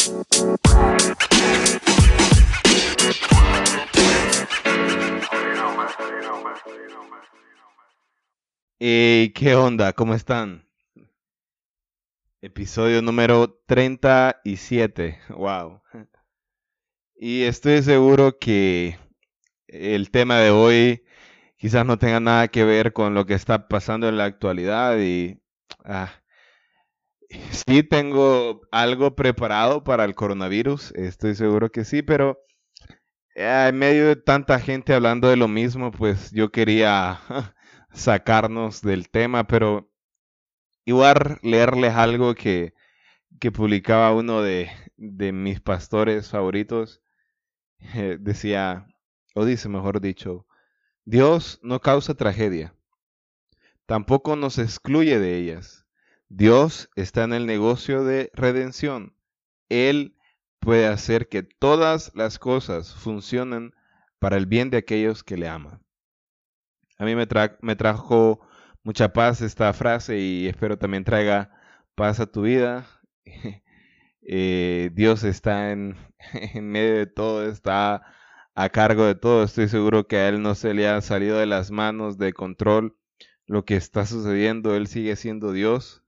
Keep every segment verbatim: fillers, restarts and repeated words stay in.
¿Y qué onda? ¿Cómo están? Episodio número treinta y siete. Wow. Y estoy seguro que el tema de hoy quizás no tenga nada que ver con lo que está pasando en la actualidad y ah, sí tengo algo preparado para el coronavirus, estoy seguro que sí, pero eh, en medio de tanta gente hablando de lo mismo, pues yo quería sacarnos del tema, pero igual leerles algo que que publicaba uno de, de mis pastores favoritos. Eh, decía, o dice mejor dicho, Dios no causa tragedia, tampoco nos excluye de ellas. Dios está en el negocio de redención. Él puede hacer que todas las cosas funcionen para el bien de aquellos que le aman. A mí me, tra me trajo mucha paz esta frase y espero también traiga paz a tu vida. Eh, Dios está en, en medio de todo, está a cargo de todo. Estoy seguro que a Él no se le ha salido de las manos de control lo que está sucediendo. Él sigue siendo Dios.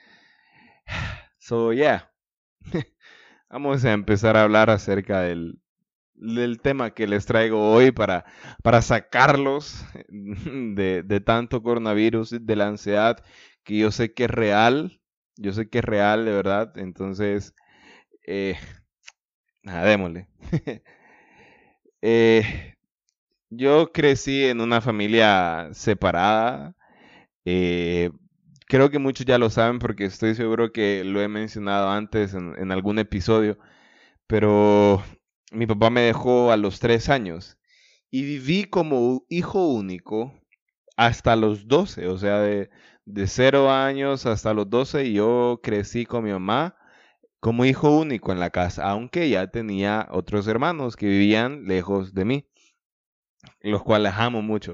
So, yeah. Vamos a empezar a hablar acerca del, del tema que les traigo hoy para, para sacarlos de, de tanto coronavirus, de la ansiedad, que yo sé que es real. Yo sé que es real, de verdad. Entonces, eh, nada, démosle. Eh, yo crecí en una familia separada. eh, Creo que muchos ya lo saben porque estoy seguro que lo he mencionado antes en, en algún episodio, pero mi papá me dejó a los tres años y viví como hijo único hasta los doce, o sea, de, de cero años hasta los doce, y yo crecí con mi mamá como hijo único en la casa, aunque ya tenía otros hermanos que vivían lejos de mí, los cuales amo mucho.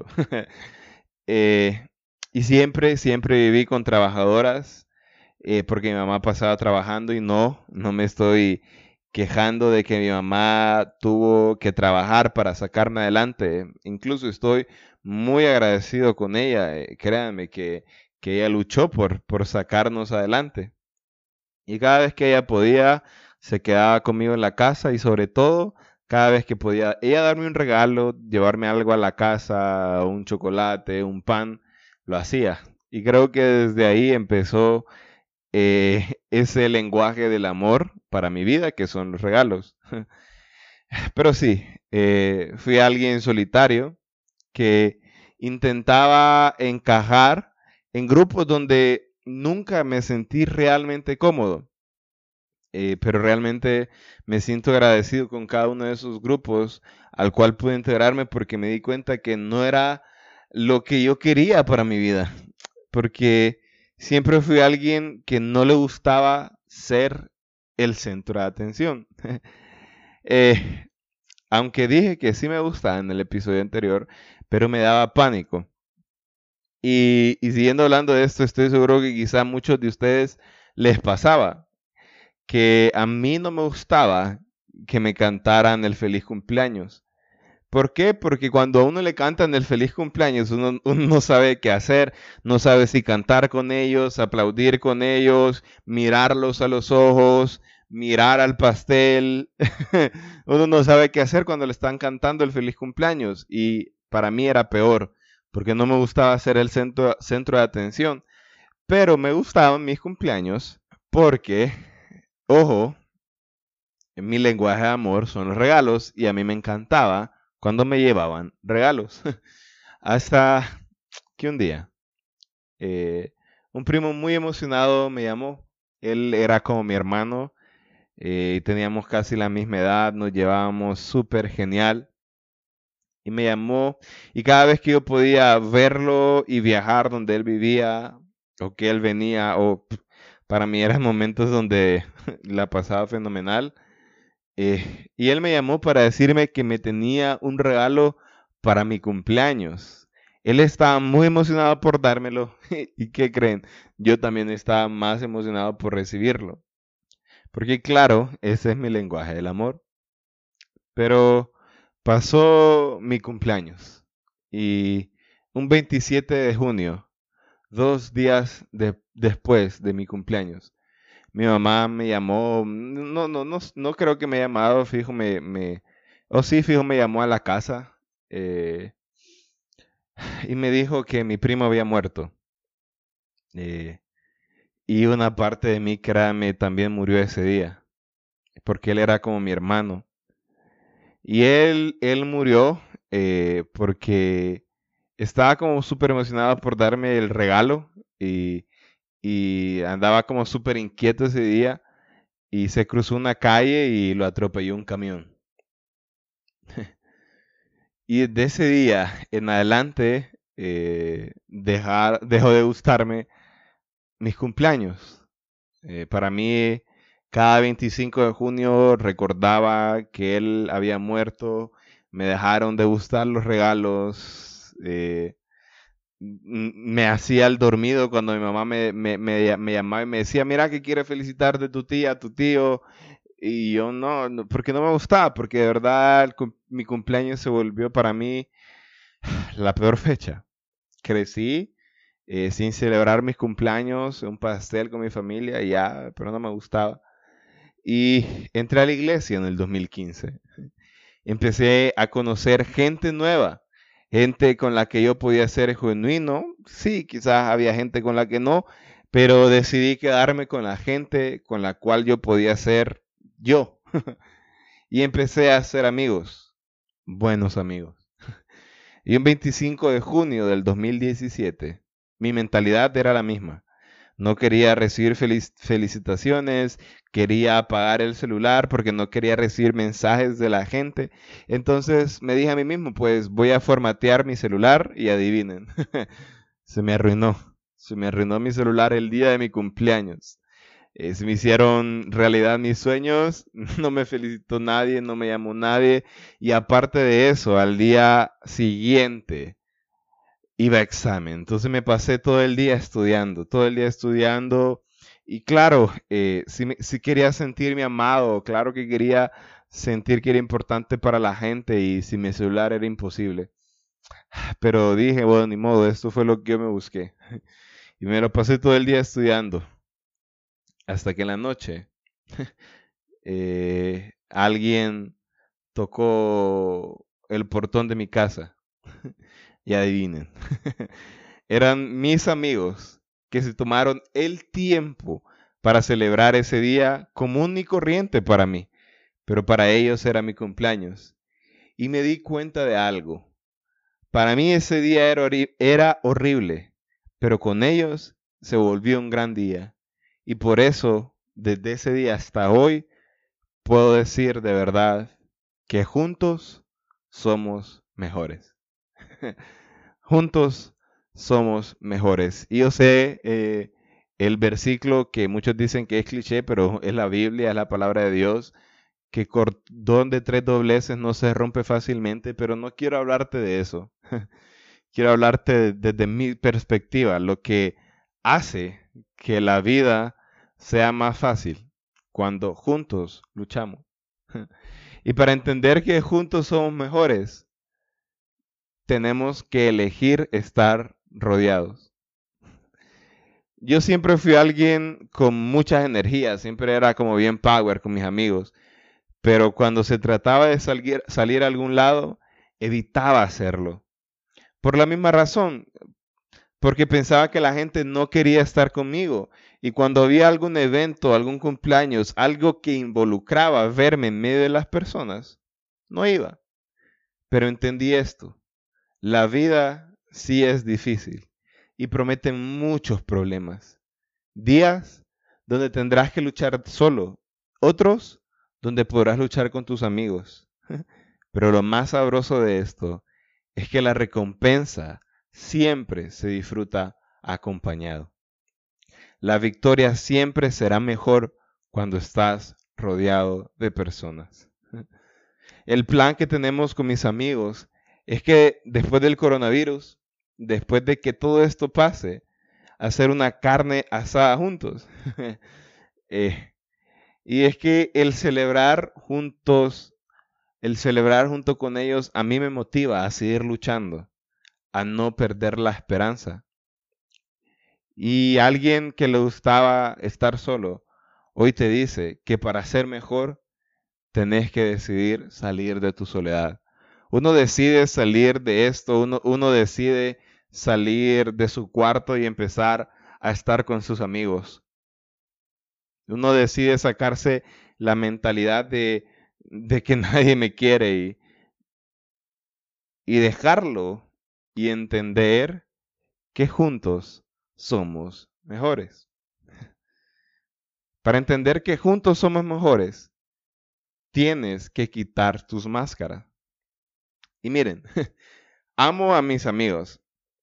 Eh, y siempre, siempre viví con trabajadoras, eh, porque mi mamá pasaba trabajando y no, no me estoy quejando de que mi mamá tuvo que trabajar para sacarme adelante. Incluso estoy muy agradecido con ella. eh, créanme que, que ella luchó por, por sacarnos adelante. Y cada vez que ella podía, se quedaba conmigo en la casa y sobre todo, cada vez que podía ella darme un regalo, llevarme algo a la casa, un chocolate, un pan, lo hacía. Y creo que desde ahí empezó eh, ese lenguaje del amor para mi vida, que son los regalos. Pero sí, eh, fui alguien solitario que intentaba encajar en grupos donde nunca me sentí realmente cómodo. Eh, pero realmente me siento agradecido con cada uno de esos grupos al cual pude integrarme porque me di cuenta que no era lo que yo quería para mi vida, porque siempre fui alguien que no le gustaba ser el centro de atención. Eh, Aunque dije que sí me gustaba en el episodio anterior, pero me daba pánico. Y, y siguiendo hablando de esto, estoy seguro que quizá a muchos de ustedes les pasaba que a mí no me gustaba que me cantaran el feliz cumpleaños. ¿Por qué? Porque cuando a uno le cantan el feliz cumpleaños, uno, uno no sabe qué hacer, no sabe si cantar con ellos, aplaudir con ellos, mirarlos a los ojos, mirar al pastel. Uno no sabe qué hacer cuando le están cantando el feliz cumpleaños. Y para mí era peor, porque no me gustaba ser el centro, centro de atención. Pero me gustaban mis cumpleaños porque, ojo, mi lenguaje de amor son los regalos y a mí me encantaba cuando me llevaban regalos. Hasta que un día, eh, un primo muy emocionado me llamó. Él era como mi hermano, eh, teníamos casi la misma edad, nos llevábamos súper genial. Y me llamó y cada vez que yo podía verlo y viajar donde él vivía o que él venía, o pff, para mí eran momentos donde la pasaba fenomenal. Eh, y él me llamó para decirme que me tenía un regalo para mi cumpleaños. Él estaba muy emocionado por dármelo. ¿Y qué creen? Yo también estaba más emocionado por recibirlo. Porque claro, ese es mi lenguaje del amor. Pero pasó mi cumpleaños y un veintisiete de junio, dos días de- después de mi cumpleaños, mi mamá me llamó, no, no, no, no creo que me haya llamado, fijo, me, me, o sí, fijo, me llamó a la casa eh, y me dijo que mi primo había muerto. eh, y una parte de mí, créame, también murió ese día, porque él era como mi hermano. Y él, él murió eh, porque estaba como súper emocionado por darme el regalo y, y andaba como súper inquieto ese día y se cruzó una calle y lo atropelló un camión. Y de ese día en adelante eh, dejar, dejó de gustarme mis cumpleaños. Eh, para mí, cada veinticinco de junio recordaba que él había muerto, me dejaron de gustar los regalos, eh, m- me hacía el dormido cuando mi mamá me, me, me, me llamaba y me decía, mira que quiere felicitarte tu tía, tu tío, y yo no, no, porque no me gustaba, porque de verdad el cum- mi cumpleaños se volvió para mí la peor fecha. Crecí eh, sin celebrar mis cumpleaños, un pastel con mi familia, y ya, pero no me gustaba. Y entré a la iglesia en el dos mil quince. Empecé a conocer gente nueva, gente con la que yo podía ser genuino. Sí, quizás había gente con la que no, pero decidí quedarme con la gente con la cual yo podía ser yo. Y empecé a hacer amigos, buenos amigos. Y un veinticinco de junio del dos mil diecisiete, mi mentalidad era la misma. No quería recibir felic- felicitaciones, quería apagar el celular porque no quería recibir mensajes de la gente. Entonces me dije a mí mismo, pues voy a formatear mi celular y adivinen, se me arruinó. Se me arruinó mi celular el día de mi cumpleaños. Eh, se me hicieron realidad mis sueños, no me felicitó nadie, no me llamó nadie. Y aparte de eso, al día siguiente iba a examen. Entonces me pasé todo el día estudiando, todo el día estudiando. Y claro, eh, sí, me- sí quería sentirme amado, claro que quería sentir que era importante para la gente y sin mi celular era imposible. Pero dije, bueno, ni modo, esto fue lo que yo me busqué. Y me lo pasé todo el día estudiando, hasta que en la noche eh, alguien tocó el portón de mi casa. Y adivinen, eran mis amigos que se tomaron el tiempo para celebrar ese día común y corriente para mí, pero para ellos era mi cumpleaños. Y me di cuenta de algo. Para mí ese día era, horri- era horrible, pero con ellos se volvió un gran día. Y por eso, desde ese día hasta hoy, puedo decir de verdad que juntos somos mejores. Juntos somos mejores. Y yo sé eh, el versículo que muchos dicen que es cliché, pero es la Biblia, es la palabra de Dios, que cordón de tres dobleces no se rompe fácilmente, pero no quiero hablarte de eso. Quiero hablarte desde mi perspectiva, lo que hace que la vida sea más fácil cuando juntos luchamos. Y para entender que juntos somos mejores, tenemos que elegir estar rodeados. Yo siempre fui alguien con muchas energías, siempre era como bien power con mis amigos, pero cuando se trataba de salir, salir a algún lado, evitaba hacerlo. Por la misma razón, porque pensaba que la gente no quería estar conmigo. Y cuando había algún evento, algún cumpleaños, algo que involucraba verme en medio de las personas, no iba. Pero entendí esto. La vida sí es difícil y promete muchos problemas. Días donde tendrás que luchar solo, otros donde podrás luchar con tus amigos. Pero lo más sabroso de esto es que la recompensa siempre se disfruta acompañado. La victoria siempre será mejor cuando estás rodeado de personas. El plan que tenemos con mis amigos es que después del coronavirus, después de que todo esto pase, hacer una carne asada juntos. Eh, Y es que el celebrar juntos, el celebrar junto con ellos, a mí me motiva a seguir luchando, a no perder la esperanza. Y alguien que le gustaba estar solo, hoy te dice que para ser mejor, tenés que decidir salir de tu soledad. Uno decide salir de esto, uno, uno decide salir de su cuarto y empezar a estar con sus amigos. Uno decide sacarse la mentalidad de, de que nadie me quiere y, y dejarlo y entender que juntos somos mejores. Para entender que juntos somos mejores, tienes que quitar tus máscaras. Y miren, amo a mis amigos,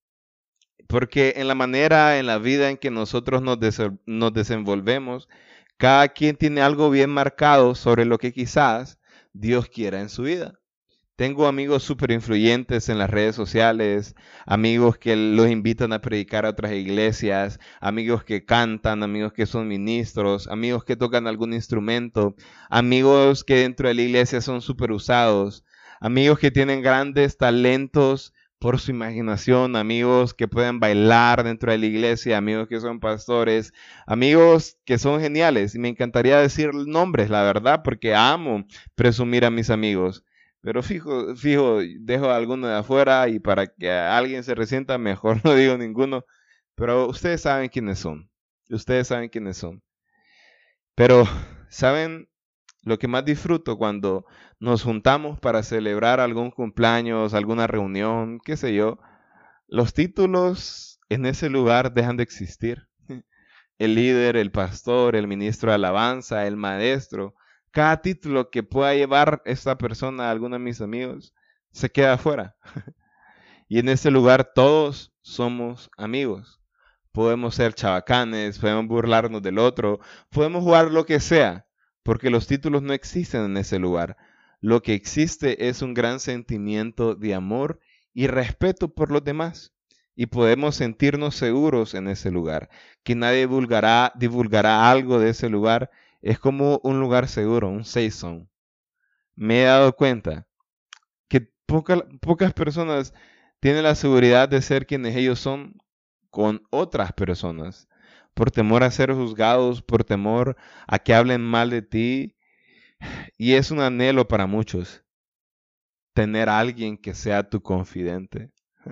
porque en la manera, en la vida en que nosotros nos, des- nos desenvolvemos, cada quien tiene algo bien marcado sobre lo que quizás Dios quiera en su vida. Tengo amigos súper influyentes en las redes sociales, amigos que los invitan a predicar a otras iglesias, amigos que cantan, amigos que son ministros, amigos que tocan algún instrumento, amigos que dentro de la iglesia son súper usados, amigos que tienen grandes talentos por su imaginación, amigos que pueden bailar dentro de la iglesia, amigos que son pastores, amigos que son geniales. Y me encantaría decir nombres, la verdad, porque amo presumir a mis amigos. Pero fijo, fijo, dejo a alguno de afuera y para que alguien se resienta, mejor no digo ninguno. Pero ustedes saben quiénes son. Ustedes saben quiénes son. Pero, ¿saben lo que más disfruto cuando nos juntamos para celebrar algún cumpleaños, alguna reunión, qué sé yo? Los títulos en ese lugar dejan de existir. El líder, el pastor, el ministro de alabanza, el maestro, cada título que pueda llevar esta persona a alguno de mis amigos, se queda afuera. Y en ese lugar todos somos amigos. Podemos ser chabacanes, podemos burlarnos del otro, podemos jugar lo que sea, porque los títulos no existen en ese lugar. Lo que existe es un gran sentimiento de amor y respeto por los demás. Y podemos sentirnos seguros en ese lugar. Que nadie divulgará, divulgará algo de ese lugar. Es como un lugar seguro, un safe zone. Me he dado cuenta que poca- pocas personas tienen la seguridad de ser quienes ellos son con otras personas, por temor a ser juzgados, por temor a que hablen mal de ti. Y es un anhelo para muchos, tener a alguien que sea tu confidente.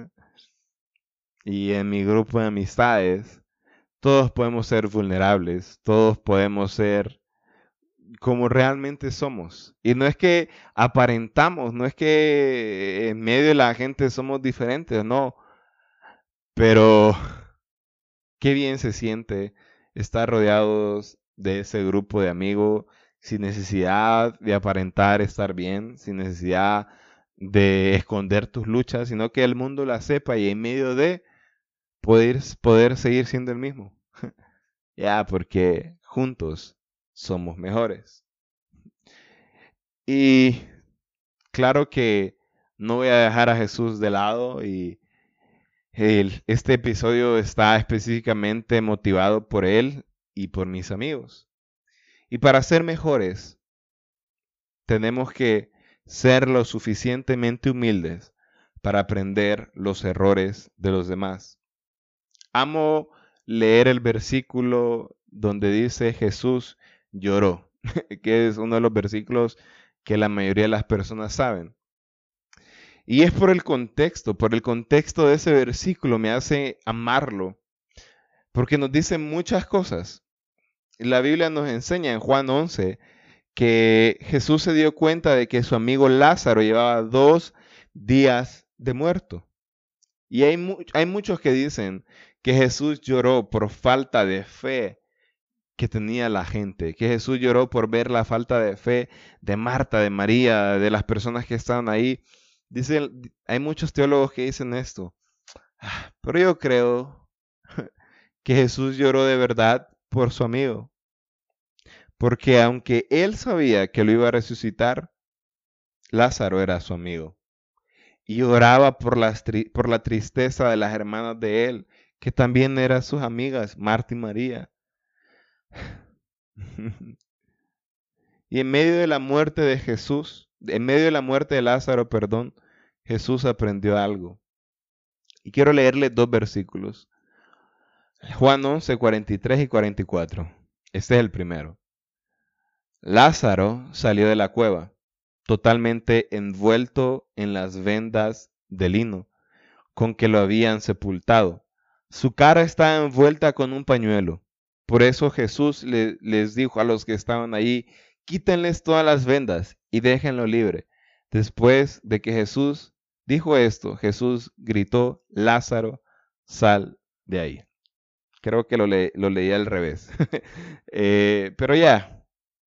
Y en mi grupo de amistades, todos podemos ser vulnerables, todos podemos ser como realmente somos. Y no es que aparentamos, no es que en medio de la gente somos diferentes, no. Pero qué bien se siente estar rodeados de ese grupo de amigos sin necesidad de aparentar estar bien, sin necesidad de esconder tus luchas, sino que el mundo la sepa y en medio de poder, poder seguir siendo el mismo. Ya, porque juntos somos mejores. Y claro que no voy a dejar a Jesús de lado y el- este episodio está específicamente motivado por él y por mis amigos. Y para ser mejores, tenemos que ser lo suficientemente humildes para aprender los errores de los demás. Amo leer el versículo donde dice Jesús lloró, que es uno de los versículos que la mayoría de las personas saben. Y es por el contexto, por el contexto de ese versículo me hace amarlo, porque nos dice muchas cosas. La Biblia nos enseña en Juan once que Jesús se dio cuenta de que su amigo Lázaro llevaba dos días de muerto. Y hay, mu- hay muchos que dicen que Jesús lloró por falta de fe que tenía la gente, que Jesús lloró por ver la falta de fe de Marta, de María, de las personas que estaban ahí. Dicen, hay muchos teólogos que dicen esto, "Ah, pero yo creo que Jesús lloró de verdad por su amigo, porque aunque él sabía que lo iba a resucitar, Lázaro era su amigo y oraba por, las tri- por la tristeza de las hermanas de él, que también eran sus amigas, Marta y María. Y en medio de la muerte de Jesús, en medio de la muerte de Lázaro, perdón, Jesús aprendió algo. Y quiero leerle dos versículos. Juan once, cuarenta y tres y cuarenta y cuatro. Este es el primero. Lázaro salió de la cueva, totalmente envuelto en las vendas de lino con que lo habían sepultado. Su cara estaba envuelta con un pañuelo. Por eso Jesús le, les dijo a los que estaban ahí, quítenles todas las vendas y déjenlo libre. Después de que Jesús dijo esto, Jesús gritó, Lázaro, sal de ahí. Creo que lo, le, lo leí al revés. eh, pero ya,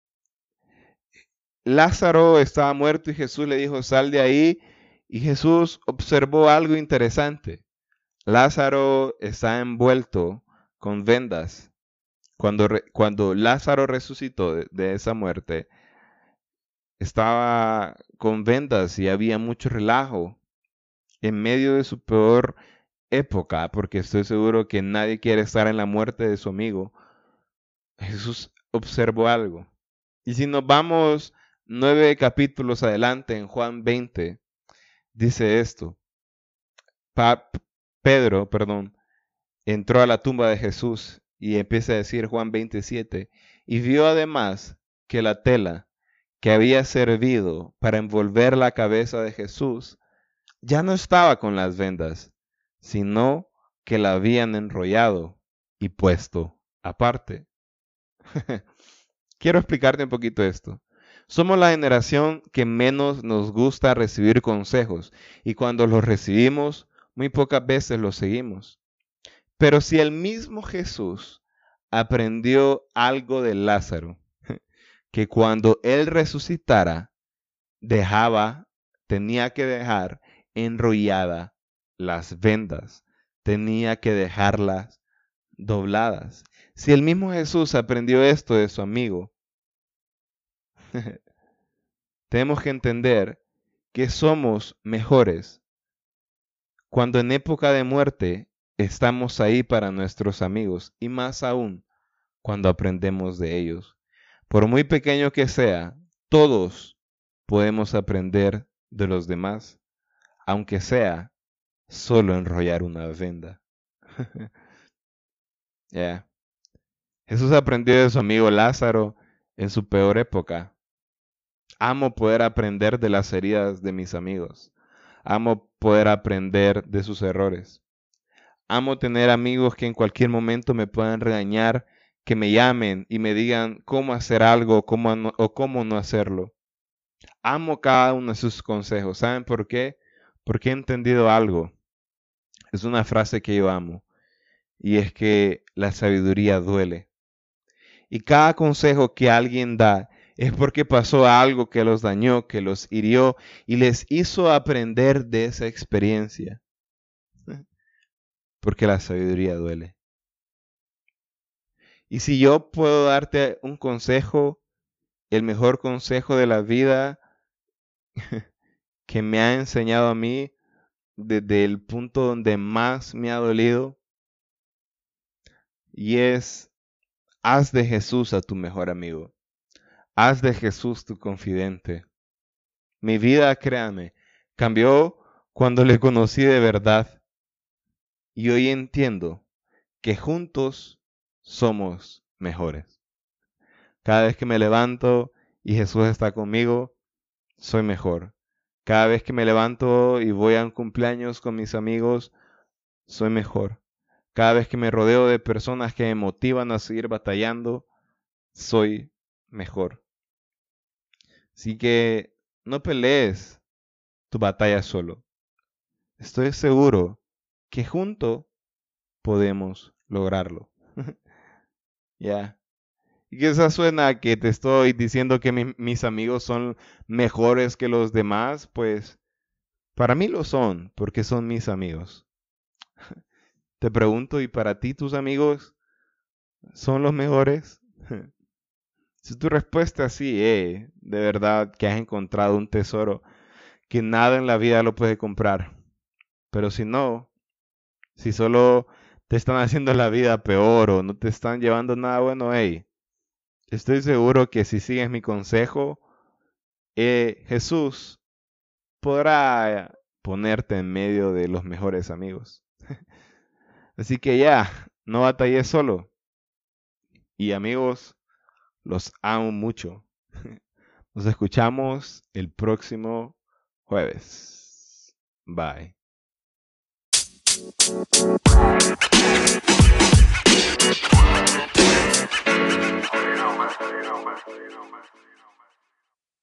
Lázaro estaba muerto y Jesús le dijo, sal de ahí. Y Jesús observó algo interesante. Lázaro está envuelto con vendas. Cuando, re, cuando Lázaro resucitó de, de esa muerte, estaba con vendas y había mucho relajo en medio de su peor época, porque estoy seguro que nadie quiere estar en la muerte de su amigo. Jesús observó algo. Y si nos vamos nueve capítulos adelante en Juan veinte, dice esto. Pa Pedro, perdón, entró a la tumba de Jesús y empieza a decir Juan veintisiete, y vio además que la tela que había servido para envolver la cabeza de Jesús ya no estaba con las vendas, sino que la habían enrollado y puesto aparte. Quiero explicarte un poquito esto. Somos la generación que menos nos gusta recibir consejos y cuando los recibimos, muy pocas veces los seguimos. Pero si el mismo Jesús aprendió algo de Lázaro, que cuando él resucitara, dejaba, tenía que dejar enrollada las vendas, tenía que dejarlas dobladas. Si el mismo Jesús aprendió esto de su amigo, tenemos que entender que somos mejores cuando en época de muerte estamos ahí para nuestros amigos y más aún cuando aprendemos de ellos. Por muy pequeño que sea, todos podemos aprender de los demás, aunque sea solo enrollar una venda. Yeah. Jesús aprendió de su amigo Lázaro en su peor época. Amo poder aprender de las heridas de mis amigos. Amo poder aprender de sus errores. Amo tener amigos que en cualquier momento me puedan regañar, que me llamen y me digan cómo hacer algo cómo no, o cómo no hacerlo. Amo cada uno de sus consejos. ¿Saben por qué? Porque he entendido algo. Es una frase que yo amo. Y es que la sabiduría duele. Y cada consejo que alguien da es porque pasó algo que los dañó, que los hirió y les hizo aprender de esa experiencia. Porque la sabiduría duele. Y si yo puedo darte un consejo, el mejor consejo de la vida que me ha enseñado a mí desde el punto donde más me ha dolido, y es, haz de Jesús a tu mejor amigo. Haz de Jesús tu confidente. Mi vida, créame, cambió cuando le conocí de verdad. Y hoy entiendo que juntos somos mejores. Cada vez que me levanto y Jesús está conmigo, soy mejor. Cada vez que me levanto y voy a un cumpleaños con mis amigos, soy mejor. Cada vez que me rodeo de personas que me motivan a seguir batallando, soy mejor. Así que no pelees tu batalla solo. Estoy seguro que juntos podemos lograrlo. Ya. Yeah. Y quizás suena que te estoy diciendo que mi, mis amigos son mejores que los demás, pues para mí lo son, porque son mis amigos. Te pregunto, ¿y para ti tus amigos son los mejores? Si tu respuesta es sí, eh, de verdad que has encontrado un tesoro que nada en la vida lo puede comprar. Pero si no, si solo te están haciendo la vida peor o no te están llevando nada bueno, hey, Estoy seguro que si sigues mi consejo, eh, Jesús podrá ponerte en medio de los mejores amigos. Así que ya, no batalles solo. Y amigos, los amo mucho. Nos escuchamos el próximo jueves. Bye.